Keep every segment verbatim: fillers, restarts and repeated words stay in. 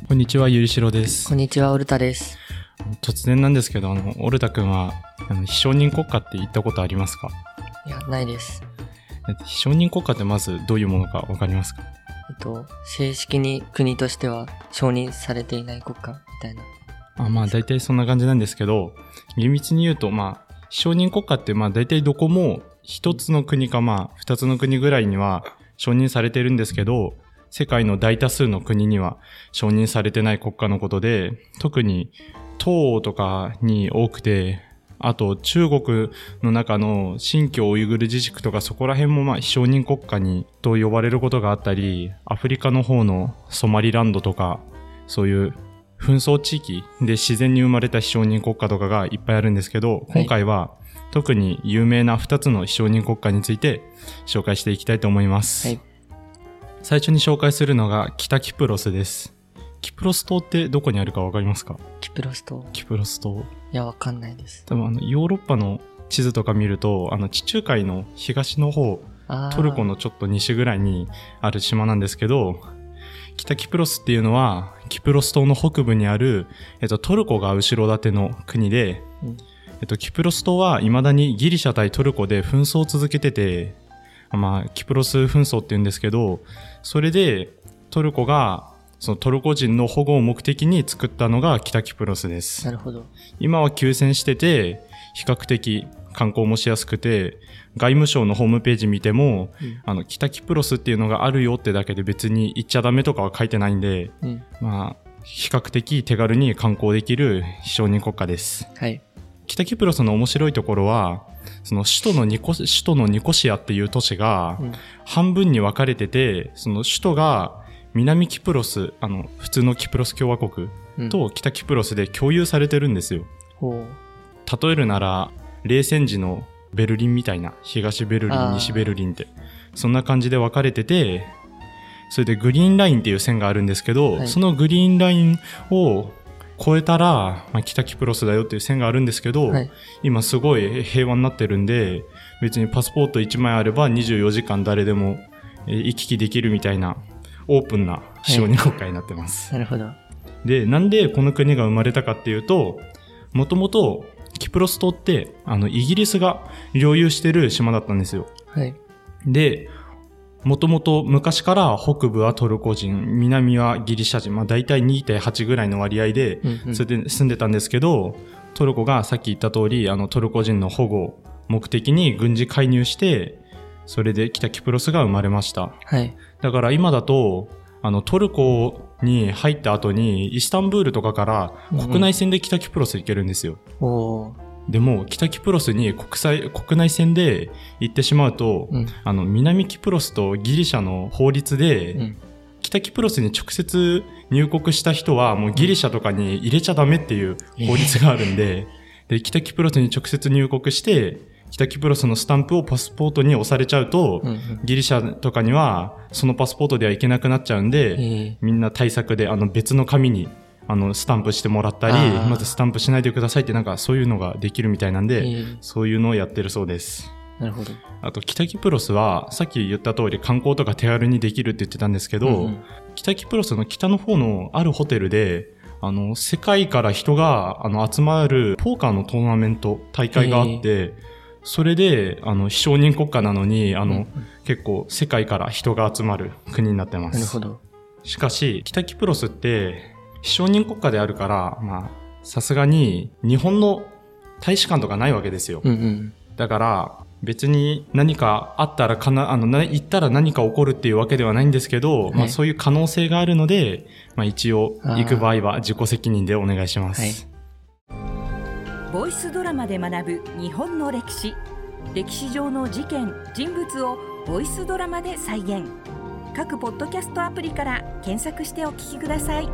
こんにちは、ゆりしろです。 こんにちは、オルタです。 突然なんですけど、あのオルタ君はあの非承認国家って言ったことありますか？ いや、ないです。 非承認国家ってまずどういうものかわかりますか？ えっと、正式に国としては承認されていない国家みたいな。 あまあ大体そんな感じなんですけど、厳密に言うと、まあ非承認国家ってまあ大体どこも一つの国かまあ二つの国ぐらいには承認されてるんですけど、世界の大多数の国には承認されてない国家のことで、特に東欧とかに多くて、あと中国の中の新疆ウイグル自治区とかそこら辺もまあ非承認国家にと呼ばれることがあったり、アフリカの方のソマリランドとかそういう紛争地域で自然に生まれた非承認国家とかがいっぱいあるんですけど、今回は特に有名なふたつの非承認国家について紹介していきたいと思います。はい、最初に紹介するのが北キプロスです。キプロス島ってどこにあるかわかりますか？ キプロス島。 キプロス島。 いや、わかんないです。 多分あのヨーロッパの地図とか見ると、あの地中海の東の方、トルコのちょっと西ぐらいにある島なんですけど、北キプロスっていうのはキプロス島の北部にある、えっと、トルコが後ろ盾の国で、うんえっと、キプロス島は未だにギリシャ対トルコで紛争を続けてて、まあ、キプロス紛争って言うんですけど、それでトルコがそのトルコ人の保護を目的に作ったのが北キプロスです。 なるほど。 今は休戦してて、比較的観光もしやすくて、外務省のホームページ見ても、うん、あの北キプロスっていうのがあるよってだけで別に行っちゃダメとかは書いてないんで、うん、まあ比較的手軽に観光できる非承認国家です。 はい。 北キプロスの面白いところは、その首都のニコ首都のニコシアっていう都市が半分に分かれてて、その首都が南キプロス、あの普通のキプロス共和国と北キプロスで共有されてるんですよ。うん、例えるなら冷戦時のベルリンみたいな、東ベルリン、西ベルリンってそんな感じで分かれてて、それでグリーンラインっていう線があるんですけど、はい、そのグリーンラインを越えたら、まあ、北キプロスだよっていう線があるんですけど、はい、今すごい平和になってるんで、別にパスポートいちまいあればにじゅうよじかん誰でも行き来できるみたいなオープンな非承認国家になってます。 はい、なるほど。 で、なんでこの国が生まれたかっていうと、もともとキプロス島ってあのイギリスが領有してる島だったんですよ。 はい。 で、もともと昔から北部はトルコ人、南はギリシャ人、まあ大体 にてんはち ぐらいの割合で、それで住んでたんですけど、うんうん、トルコがさっき言った通り、あのトルコ人の保護を目的に軍事介入して、それで北キプロスが生まれました。 はい。 だから今だと、あのトルコに入った後にイスタンブールとかから国内線で北キプロス行けるんですよ。 うん、おー。 でも北キプロスに国際国内線で行ってしまうと、うん、あの南キプロスとギリシャの法律で、うん、北キプロスに直接入国した人はもうギリシャとかに入れちゃダメっていう法律があるんで、うん、で北キプロスに直接入国して北キプロスのスタンプをパスポートに押されちゃうと、うんうん、ギリシャとかにはそのパスポートではいけなくなっちゃうんで、みんな対策であの別の紙にあのスタンプしてもらったり、まずスタンプしないでくださいってなんかそういうのができるみたいなんで、えー、そういうのをやってるそうです。 なるほど。 あと北キプロスはさっき言った通り観光とか手軽にできるって言ってたんですけど、うんうん、北キプロスの北の方のあるホテルであの世界から人があの集まるポーカーのトーナメント大会があって、えー、それであの非承認国家なのにあの、うんうん、結構世界から人が集まる国になってます。 なるほど。 しかし北キプロスって非承認国家であるから、まあ、さすがに日本の大使館とかないわけですよ。 うんうん、 だから、別に何かあったらかな、あの、行ったら何か起こるっていうわけではないんですけど、はい、まあそういう可能性があるので、まあ一応行く場合は自己責任でお願いします。 はい、ボイスドラマで学ぶ日本の歴史。歴史上の事件、人物をボイスドラマで再現。各ポッドキャストアプリから検索してお聞きください。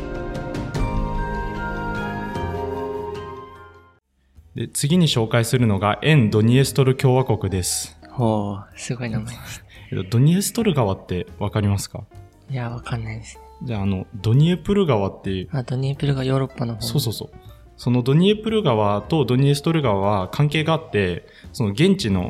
で次に紹介するのが沿ドニエストル共和国です。 ほう、すごい名前です。 ドニエストル川ってわかりますか？ いや、わかんないですね。 じゃあ、あの、ドニエプル川っていう。 あ、ドニエプル川ヨーロッパの方。 そうそうそう。そのドニエプル川とドニエストル川は関係があって、その現地の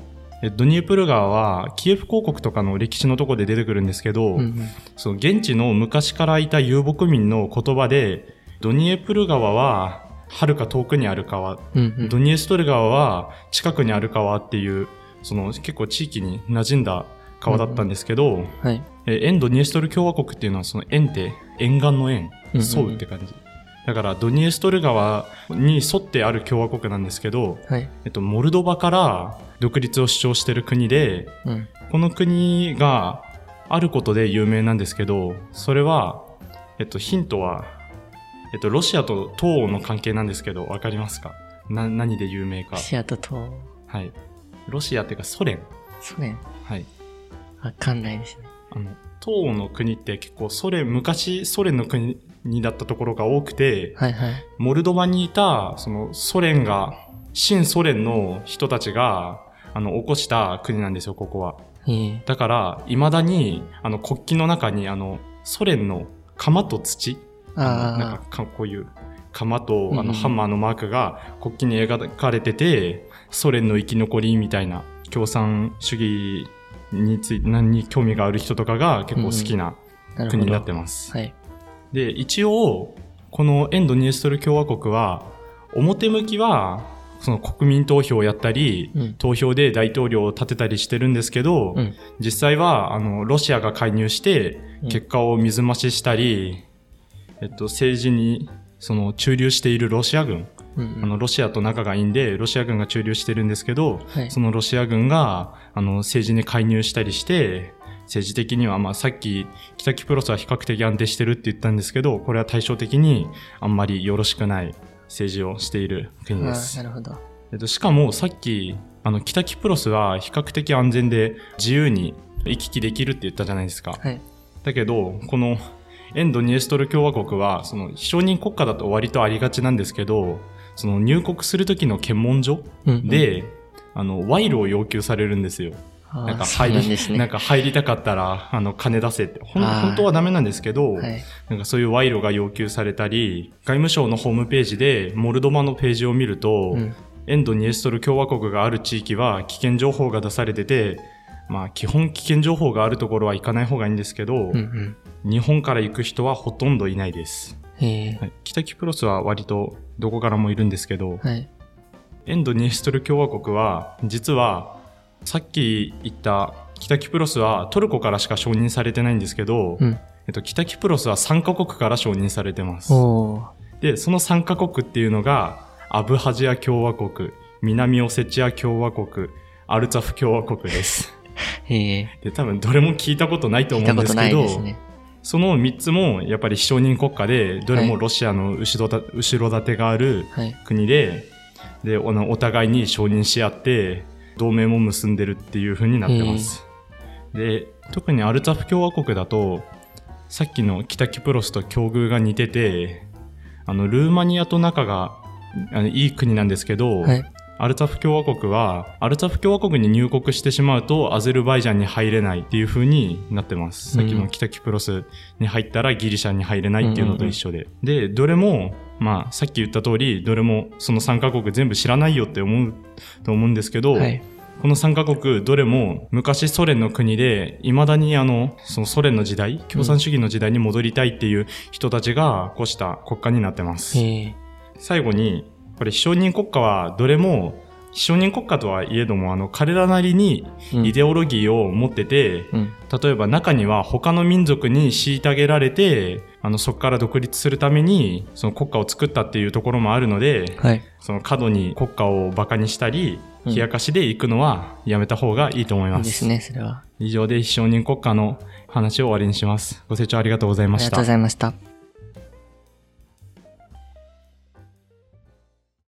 ドニエプル川はキエフ公国とかの歴史のところで出てくるんですけど、 うんうん、 その現地の昔からいた遊牧民の言葉で、ドニエプル川は遥か遠くにある川、 うんうん、 ドニエストル川は近くにある川っていう、その結構地域に馴染んだ川だったんですけど、うんうん、 はい、 え沿ドニエストル共和国っていうのはその沿って沿岸の沿、沿うって感じ。うんうんうん、だからドニエストル川に沿ってある共和国なんですけど、 はい、 えっと、モルドバから独立を主張している国で、 うん、 この国があることで有名なんですけど、それは、えっと、ヒントは、えっと、ロシアと東欧の関係なんですけど、わかりますか？な、何で有名か。 ロシアと東欧。 はい。ロシアっていうかソ連。 ソ連。 はい。 わかんないですね。 あの、東欧の国って結構ソ連、昔ソ連の国だったところが多くて、 はいはい。 モルドバにいた、そのソ連が、新ソ連の人たちが、あの、起こした国なんですよ、ここは。だから、未だに、あの、国旗の中に、あの、ソ連の鎌と土、あなんか、こういう鎌と、あの、ハンマーのマークが国旗に描かれてて、ソ連の生き残りみたいな、共産主義について、何に興味がある人とかが結構好きな国になってます。 はい。 で、一応、この沿ドニエストル共和国は、表向きは、その国民投票をやったり、うん、投票で大統領を立てたりしてるんですけど、うん、実際は、あの、ロシアが介入して、結果を水増ししたり、うん、えっと、政治に、その、駐留しているロシア軍、うんうん、あの、ロシアと仲がいいんで、ロシア軍が駐留してるんですけど、はい、そのロシア軍が、あの、政治に介入したりして、政治的には、まあ、さっき、北キプロスは比較的安定してるって言ったんですけど、これは対照的にあんまりよろしくない政治をしている国です。 なるほど。 えっと、しかも、さっき、あの、北キプロスは比較的安全で自由に行き来できるって言ったじゃないですか。 はい。 だけど、この、沿ドニエストル共和国は、その、非承認国家だと割とありがちなんですけど、その、入国するときの検問所で、うんうん、あの、賄賂を要求されるんですよ。なんか入り、ね、なんか入りたかったら、あの、金出せって。ほん、本当はダメなんですけど、はい、なんかそういう賄賂が要求されたり、外務省のホームページで、モルドバのページを見ると、うん、沿ドニエストル共和国がある地域は危険情報が出されてて、まあ基本危険情報があるところは行かない方がいいんですけど、うんうん、日本から行く人はほとんどいないです。 へはい、北キプロスは割とどこからもいるんですけど、 はい、 沿ドニエストル共和国は実はさっき言った北キプロスはトルコからしか承認されてないんですけど、うんえっと、北キプロスはさんカ国から承認されてます。で、そのさんカ国っていうのがアブハジア共和国、南オセチア共和国、アルツァフ共和国です。 へで、多分どれも聞いたことないと思うんですけど、ね、そのみっつもやっぱり非承認国家で、どれもロシアの後ろた、はい、後ろ盾がある国で、はい、で、お互いに承認し合って、同盟も結んでるっていう風になってます。で、特にアルツァフ共和国だと、さっきの北キプロスと境遇が似てて、あの、ルーマニアと仲があのいい国なんですけど、はい、アルツァフ共和国は、アルツァフ共和国に入国してしまうと、アゼルバイジャンに入れないっていう風になってます。うん、さっきの北キプロスに入ったらギリシャに入れないっていうのと一緒で。うんうんうん、で、どれも、まあ、さっき言った通り、どれもそのさんカ国全部知らないよって思うと思うんですけど、はい、このさんカ国どれも昔ソ連の国で、未だにあの、そのソ連の時代、共産主義の時代に戻りたいっていう人たちが起こした国家になってます。最後に、これ非承認国家はどれも、非承認国家とはいえども、あの、彼らなりにイデオロギーを持ってて、うん、例えば中には他の民族に虐げられて、あの、そこから独立するために、その国家を作ったっていうところもあるので、はい、その過度に国家を馬鹿にしたり、冷やかしで行くのはやめた方がいいと思います。いいですね、それは。 以上で非承認国家の話を終わりにします。ご清聴ありがとうございました。 ありがとうございました。